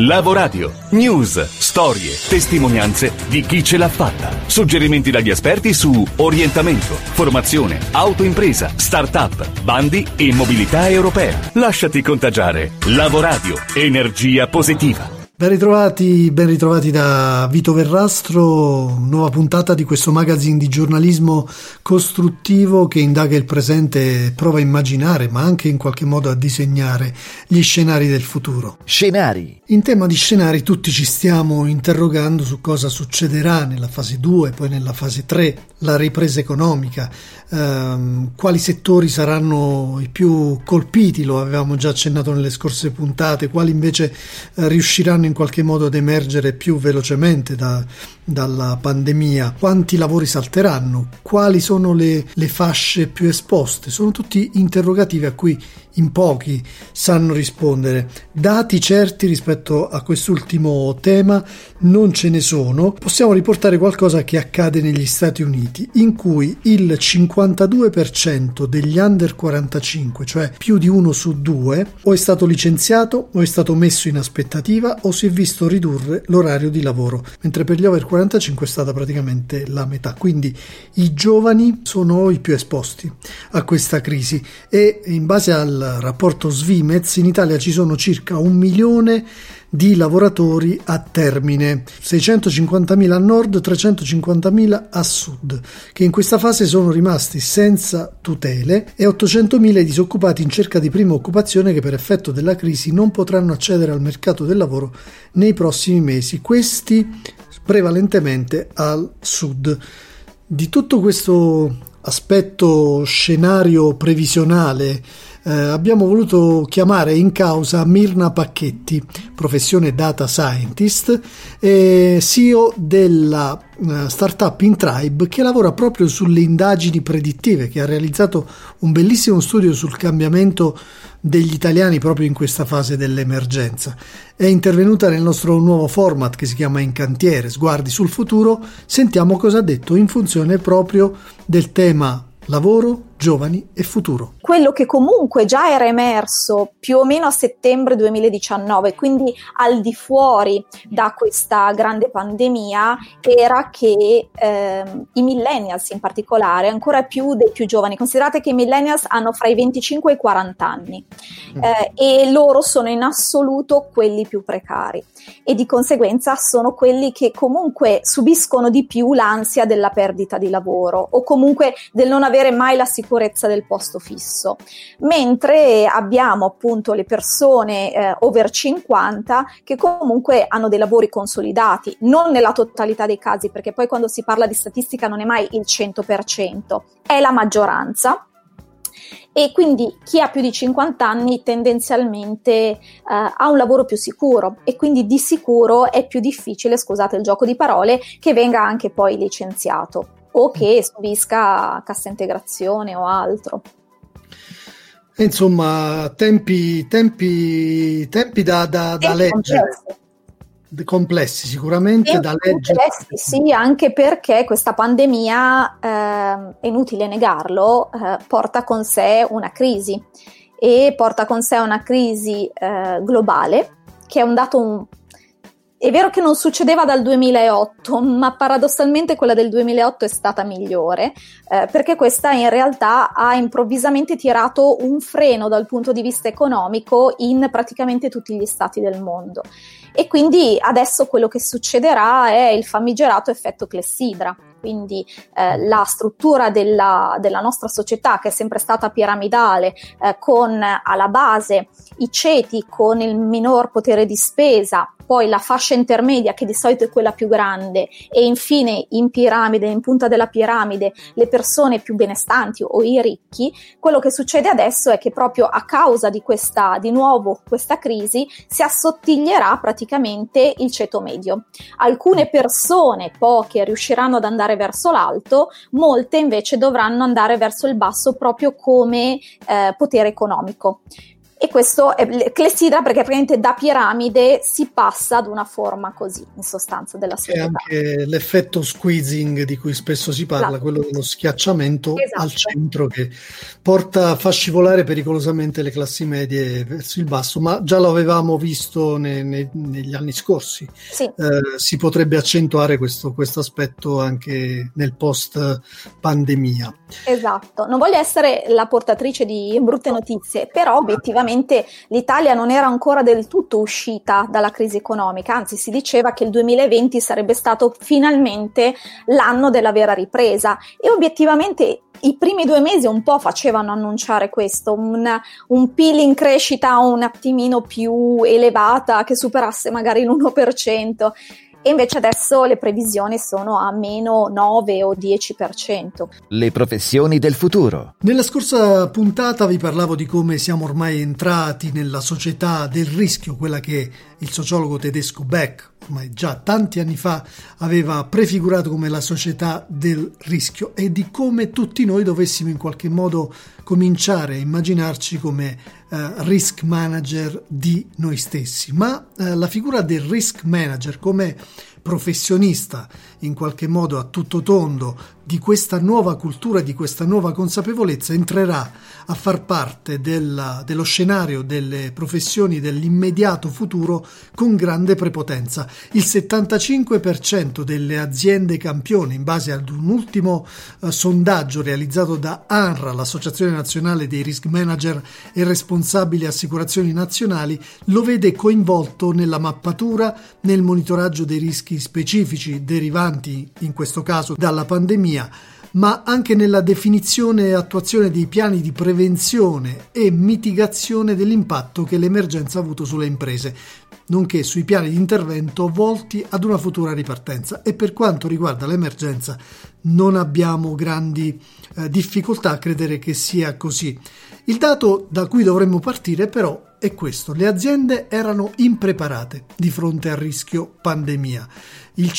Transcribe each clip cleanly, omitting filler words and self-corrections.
Lavoradio. News, storie, testimonianze di chi ce l'ha fatta. Suggerimenti dagli esperti su orientamento, formazione, autoimpresa, start-up, bandi e mobilità europea. Lasciati contagiare. Lavoradio. Energia positiva. Ben ritrovati da Vito Verrastro, nuova puntata di questo magazine di giornalismo costruttivo che indaga il presente e prova a immaginare, ma anche in qualche modo a disegnare gli scenari del futuro. Scenari. In tema di scenari tutti ci stiamo interrogando su cosa succederà nella fase 2, poi nella fase 3, la ripresa economica, quali settori saranno i più colpiti, lo avevamo già accennato nelle scorse puntate, quali invece riusciranno in qualche modo ad emergere più velocemente dalla pandemia, quanti lavori salteranno, quali sono le fasce più esposte. Sono tutti interrogativi a cui in pochi sanno rispondere. Dati certi rispetto a quest'ultimo tema non ce ne sono. Possiamo riportare qualcosa che accade negli Stati Uniti, in cui il 52% degli under 45, cioè più di 1 su 2, o è stato licenziato o è stato messo in aspettativa o si è visto ridurre l'orario di lavoro, mentre per gli over 45 è stata praticamente la metà. Quindi i giovani sono i più esposti a questa crisi e in base al rapporto Svimez in Italia ci sono circa 1 milione di lavoratori a termine, 650.000 a nord, 350.000 a sud, che in questa fase sono rimasti senza tutele, e 800.000 i disoccupati in cerca di prima occupazione che per effetto della crisi non potranno accedere al mercato del lavoro nei prossimi mesi, questi prevalentemente al sud. Di tutto questo aspetto scenario previsionale abbiamo voluto chiamare in causa Mirna Pacchetti, professione data scientist e CEO della startup Intribe, che lavora proprio sulle indagini predittive, che ha realizzato un bellissimo studio sul cambiamento degli italiani proprio in questa fase dell'emergenza. È intervenuta nel nostro nuovo format che si chiama In Cantiere, sguardi sul futuro. Sentiamo cosa ha detto in funzione proprio del tema lavoro, giovani e futuro. Quello che comunque già era emerso più o meno a settembre 2019, quindi al di fuori da questa grande pandemia, era che i millennials in particolare, ancora più dei più giovani, considerate che i millennials hanno fra i 25 e i 40 anni e loro sono in assoluto quelli più precari e di conseguenza sono quelli che comunque subiscono di più l'ansia della perdita di lavoro o comunque del non avere mai la sicurezza del posto fisso, mentre abbiamo appunto le persone over 50 che comunque hanno dei lavori consolidati, non nella totalità dei casi, perché poi quando si parla di statistica non è mai il 100%, è la maggioranza. E quindi chi ha più di 50 anni tendenzialmente ha un lavoro più sicuro e quindi di sicuro è più difficile, scusate il gioco di parole, che venga anche poi licenziato o che subisca cassa integrazione o altro. Insomma, tempi da leggere. Complessi sicuramente da leggere. Sì, anche perché questa pandemia, è inutile negarlo, porta con sé una crisi e porta con sé una crisi globale, che è un dato è vero che non succedeva dal 2008, ma paradossalmente quella del 2008 è stata migliore, perché questa in realtà ha improvvisamente tirato un freno dal punto di vista economico in praticamente tutti gli stati del mondo. E quindi adesso quello che succederà è il famigerato effetto clessidra. Quindi la struttura della nostra società, che è sempre stata piramidale, con alla base i ceti con il minor potere di spesa, poi la fascia intermedia che di solito è quella più grande e infine in piramide, in punta della piramide, le persone più benestanti o i ricchi. Quello che succede adesso è che proprio a causa di questa crisi si assottiglierà praticamente il ceto medio. Alcune persone, poche, riusciranno ad andare verso l'alto, molte invece dovranno andare verso il basso proprio come potere economico. E questo è clessidra perché praticamente da piramide si passa ad una forma così, in sostanza, della società. È anche l'effetto squeezing di cui spesso si parla, Esatto. quello dello schiacciamento Esatto. al centro che fa scivolare pericolosamente le classi medie verso il basso, ma già lo avevamo visto negli anni scorsi. Sì. Si potrebbe accentuare questo aspetto anche nel post pandemia. Esatto, non voglio essere la portatrice di brutte notizie, però obiettivamente l'Italia non era ancora del tutto uscita dalla crisi economica, anzi si diceva che il 2020 sarebbe stato finalmente l'anno della vera ripresa e obiettivamente i primi 2 mesi un po' facevano annunciare questo, un PIL in crescita un attimino più elevata che superasse magari l'1%. E invece adesso le previsioni sono a meno 9 o 10%. Le professioni del futuro. Nella scorsa puntata vi parlavo di come siamo ormai entrati nella società del rischio, quella che il sociologo tedesco Beck, ormai già tanti anni fa, aveva prefigurato come la società del rischio, e di come tutti noi dovessimo in qualche modo cominciare a immaginarci come risk manager di noi stessi. Ma la figura del risk manager come professionista in qualche modo a tutto tondo di questa nuova cultura, di questa nuova consapevolezza, entrerà a far parte dello scenario delle professioni dell'immediato futuro con grande prepotenza. Il 75% delle aziende campione, in base ad un ultimo sondaggio realizzato da ANRA, l'Associazione Nazionale dei Risk Manager e Responsabili Assicurazioni Nazionali, lo vede coinvolto nella mappatura, nel monitoraggio dei rischi specifici derivanti, in questo caso, dalla pandemia, ma anche nella definizione e attuazione dei piani di prevenzione e mitigazione dell'impatto che l'emergenza ha avuto sulle imprese, nonché sui piani di intervento volti ad una futura ripartenza. E per quanto riguarda l'emergenza non abbiamo grandi difficoltà a credere che sia così. Il dato da cui dovremmo partire però è questo: le aziende erano impreparate di fronte al rischio pandemia. Il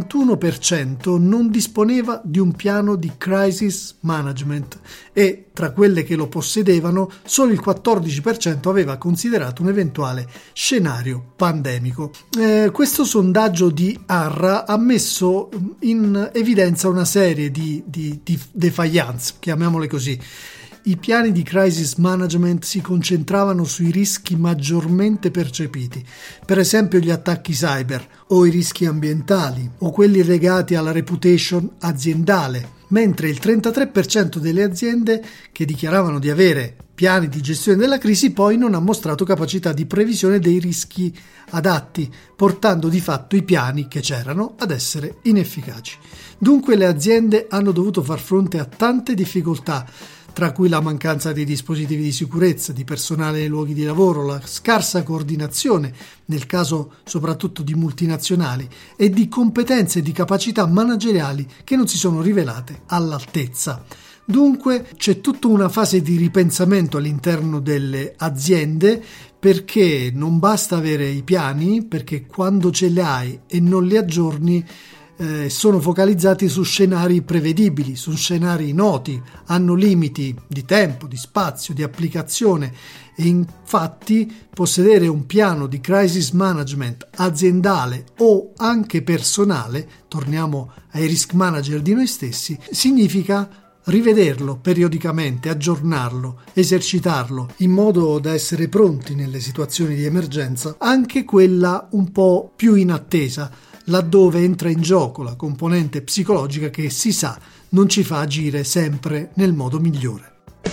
51% non disponeva di un piano di crisis management e tra quelle che lo possedevano solo il 14% aveva considerato un eventuale scenario pandemico. Questo sondaggio di ANRA ha messo in evidenza una serie di defiance, chiamiamole così. I piani di crisis management si concentravano sui rischi maggiormente percepiti, per esempio gli attacchi cyber o i rischi ambientali o quelli legati alla reputation aziendale, mentre il 33% delle aziende che dichiaravano di avere piani di gestione della crisi poi non ha mostrato capacità di previsione dei rischi adatti, portando di fatto i piani che c'erano ad essere inefficaci. Dunque le aziende hanno dovuto far fronte a tante difficoltà, tra cui la mancanza di dispositivi di sicurezza, di personale nei luoghi di lavoro, la scarsa coordinazione, nel caso soprattutto di multinazionali, e di competenze e di capacità manageriali che non si sono rivelate all'altezza. Dunque c'è tutta una fase di ripensamento all'interno delle aziende, perché non basta avere i piani, perché quando ce li hai e non li aggiorni sono focalizzati su scenari prevedibili, su scenari noti, hanno limiti di tempo, di spazio, di applicazione, e infatti possedere un piano di crisis management aziendale o anche personale, torniamo ai risk manager di noi stessi, significa rivederlo periodicamente, aggiornarlo, esercitarlo in modo da essere pronti nelle situazioni di emergenza, anche quella un po' più inattesa, laddove entra in gioco la componente psicologica che, si sa, non ci fa agire sempre nel modo migliore.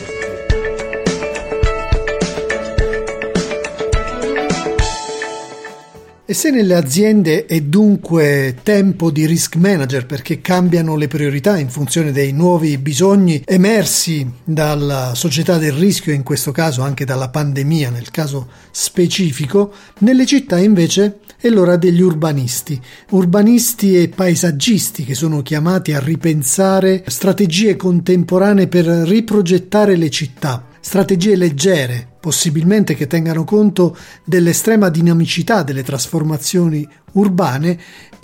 E se nelle aziende è dunque tempo di risk manager, perché cambiano le priorità in funzione dei nuovi bisogni emersi dalla società del rischio, in questo caso anche dalla pandemia nel caso specifico, nelle città invece è l'ora degli urbanisti e paesaggisti, che sono chiamati a ripensare strategie contemporanee per riprogettare le città, strategie leggere possibilmente che tengano conto dell'estrema dinamicità delle trasformazioni urbane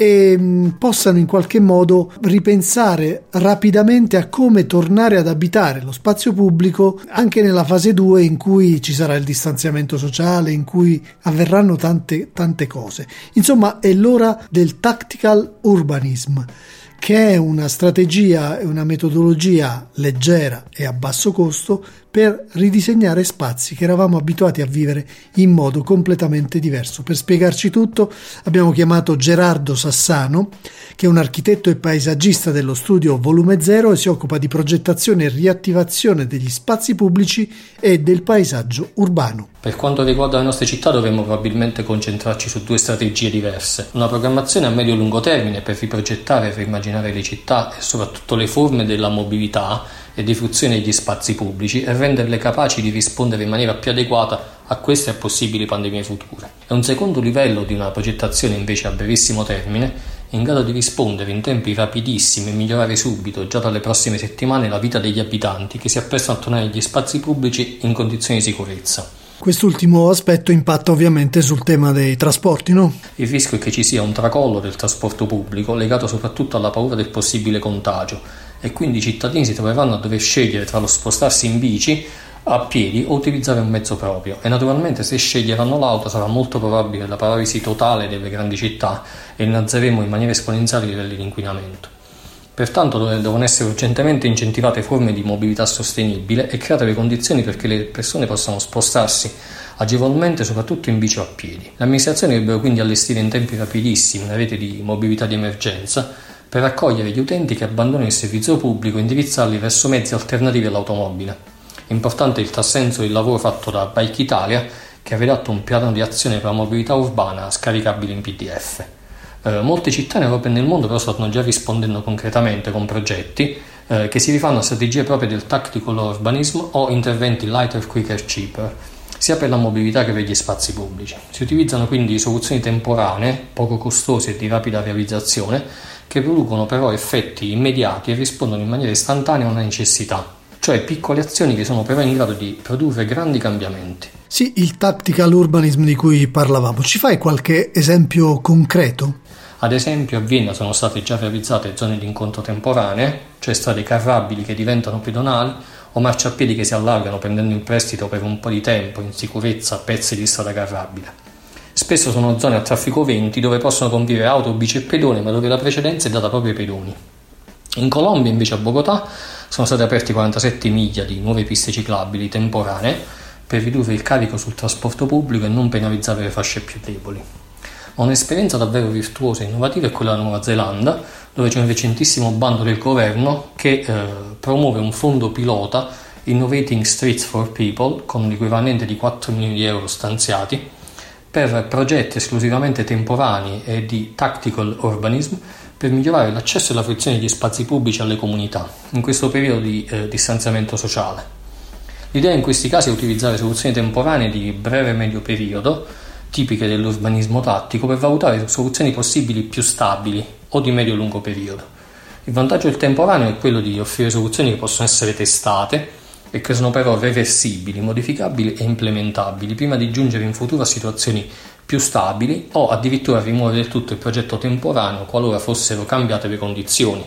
e possano in qualche modo ripensare rapidamente a come tornare ad abitare lo spazio pubblico anche nella fase 2, in cui ci sarà il distanziamento sociale, in cui avverranno tante cose. Insomma, è l'ora del tactical urbanism, che è una strategia e una metodologia leggera e a basso costo per ridisegnare spazi che eravamo abituati a vivere in modo completamente diverso. Per spiegarci tutto abbiamo chiamato Gerardo Sassano, che è un architetto e paesaggista dello studio Volume Zero e si occupa di progettazione e riattivazione degli spazi pubblici e del paesaggio urbano. Per quanto riguarda le nostre città dovremmo probabilmente concentrarci su due strategie diverse: una programmazione a medio-lungo termine per riprogettare e reimmaginare le città e soprattutto le forme della mobilità e di fruizione degli spazi pubblici e renderle capaci di rispondere in maniera più adeguata a queste e possibili pandemie future. E un secondo livello di una progettazione invece a brevissimo termine in grado di rispondere in tempi rapidissimi e migliorare subito, già dalle prossime settimane, la vita degli abitanti che si apprestano a tornare agli spazi pubblici in condizioni di sicurezza. Quest'ultimo aspetto impatta ovviamente sul tema dei trasporti, no? Il rischio è che ci sia un tracollo del trasporto pubblico legato soprattutto alla paura del possibile contagio e quindi i cittadini si troveranno a dover scegliere tra lo spostarsi in bici, a piedi o utilizzare un mezzo proprio, e naturalmente se sceglieranno l'auto sarà molto probabile la paralisi totale delle grandi città e innalzeremo in maniera esponenziale i livelli di inquinamento. Pertanto devono essere urgentemente incentivate forme di mobilità sostenibile e create le condizioni perché le persone possano spostarsi agevolmente soprattutto in bici o a piedi. Le amministrazioni dovrebbero quindi allestire in tempi rapidissimi una rete di mobilità di emergenza per accogliere gli utenti che abbandonano il servizio pubblico e indirizzarli verso mezzi alternativi all'automobile. Importante il tassenso del lavoro fatto da Bike Italia, che ha redatto un piano di azione per la mobilità urbana scaricabile in PDF. Molte città in Europa e nel mondo però stanno già rispondendo concretamente con progetti che si rifanno a strategie proprie del tactical urbanism o interventi lighter, quicker, cheaper, sia per la mobilità che per gli spazi pubblici. Si utilizzano quindi soluzioni temporanee, poco costose e di rapida realizzazione, che producono però effetti immediati e rispondono in maniera istantanea a una necessità, cioè piccole azioni che sono però in grado di produrre grandi cambiamenti. Sì, il tactical urbanism di cui parlavamo, ci fai qualche esempio concreto? Ad esempio a Vienna sono state già realizzate zone di incontro temporanee, cioè strade carrabili che diventano pedonali o marciapiedi che si allargano prendendo in prestito per un po' di tempo in sicurezza pezzi di strada carrabile. Spesso sono zone a traffico 20 dove possono convivere auto, bici e pedoni, ma dove la precedenza è data proprio ai pedoni. In Colombia invece a Bogotà sono state aperte 47 miglia di nuove piste ciclabili temporanee per ridurre il carico sul trasporto pubblico e non penalizzare le fasce più deboli. Ma un'esperienza davvero virtuosa e innovativa è quella della Nuova Zelanda, dove c'è un recentissimo bando del governo che promuove un fondo pilota Innovating Streets for People con l'equivalente di 4 milioni di euro stanziati per progetti esclusivamente temporanei e di tactical urbanism per migliorare l'accesso e la fruizione degli spazi pubblici alle comunità in questo periodo di distanziamento sociale. L'idea in questi casi è utilizzare soluzioni temporanee di breve e medio periodo, tipiche dell'urbanismo tattico, per valutare soluzioni possibili più stabili o di medio-lungo periodo. Il vantaggio del temporaneo è quello di offrire soluzioni che possono essere testate e che sono però reversibili, modificabili e implementabili prima di giungere in futuro a situazioni più stabili o addirittura rimuovere del tutto il progetto temporaneo qualora fossero cambiate le condizioni.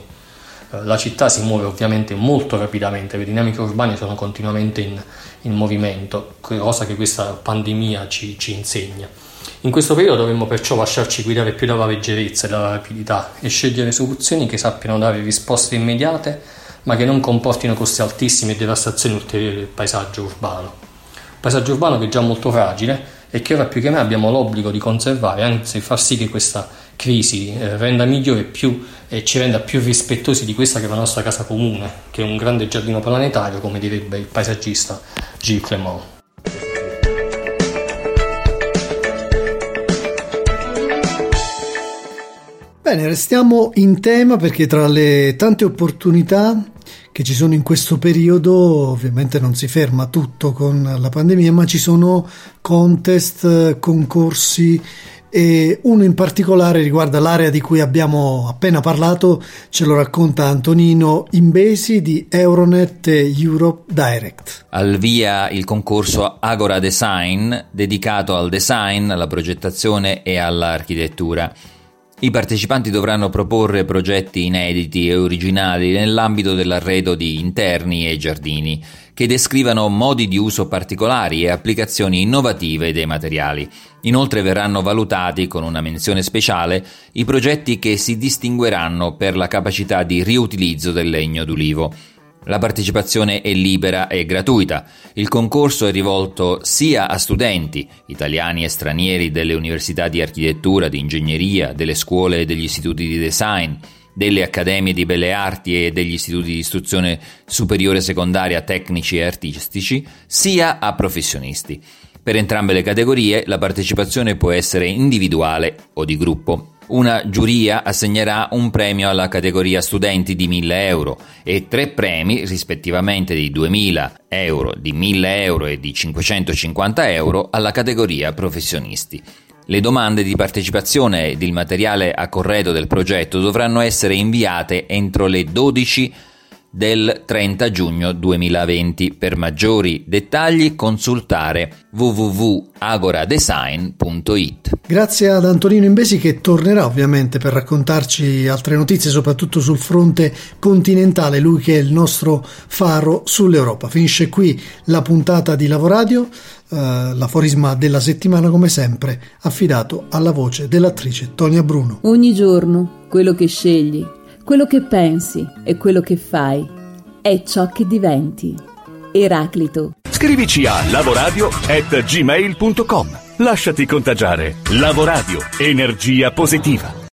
La città si muove ovviamente molto rapidamente, le dinamiche urbane sono continuamente in movimento, cosa che questa pandemia ci insegna. In questo periodo dovremmo perciò lasciarci guidare più dalla leggerezza e dalla rapidità e scegliere soluzioni che sappiano dare risposte immediate ma che non comportino costi altissimi e devastazioni ulteriori del paesaggio urbano. Un paesaggio urbano che è già molto fragile e che ora più che mai abbiamo l'obbligo di conservare, anzi far sì che questa crisi renda migliore e ci renda più rispettosi di questa che è la nostra casa comune, che è un grande giardino planetario, come direbbe il paesaggista Gilles Clément. Bene, restiamo in tema perché tra le tante opportunità che ci sono in questo periodo, ovviamente non si ferma tutto con la pandemia, ma ci sono contest, concorsi e uno in particolare riguarda l'area di cui abbiamo appena parlato. Ce lo racconta Antonino Imbesi di Euronet Europe Direct. Al via il concorso Agora Design, dedicato al design, alla progettazione e all'architettura. I partecipanti dovranno proporre progetti inediti e originali nell'ambito dell'arredo di interni e giardini, che descrivano modi di uso particolari e applicazioni innovative dei materiali. Inoltre verranno valutati con una menzione speciale i progetti che si distingueranno per la capacità di riutilizzo del legno d'ulivo. La partecipazione è libera e gratuita. Il concorso è rivolto sia a studenti, italiani e stranieri, delle università di architettura, di ingegneria, delle scuole e degli istituti di design, delle accademie di belle arti e degli istituti di istruzione superiore secondaria tecnici e artistici, sia a professionisti. Per entrambe le categorie la partecipazione può essere individuale o di gruppo. Una giuria assegnerà un premio alla categoria studenti di 1.000 euro e 3 premi rispettivamente di 2.000 euro, di 1.000 euro e di 550 euro alla categoria professionisti. Le domande di partecipazione ed il materiale a corredo del progetto dovranno essere inviate entro le 12 del 30 giugno 2020. Per maggiori dettagli consultare www.agoradesign.it. Grazie ad Antonino Imbesi, che tornerà ovviamente per raccontarci altre notizie, soprattutto sul fronte continentale, lui che è il nostro faro sull'Europa. Finisce qui la puntata di Lavoradio, l'aforisma della settimana come sempre affidato alla voce dell'attrice Tonia Bruno. Ogni giorno quello che scegli, quello che pensi e quello che fai è ciò che diventi. Eraclito. Scrivici a lavoradio@gmail.com. Lasciati contagiare. Lavoradio. Energia positiva.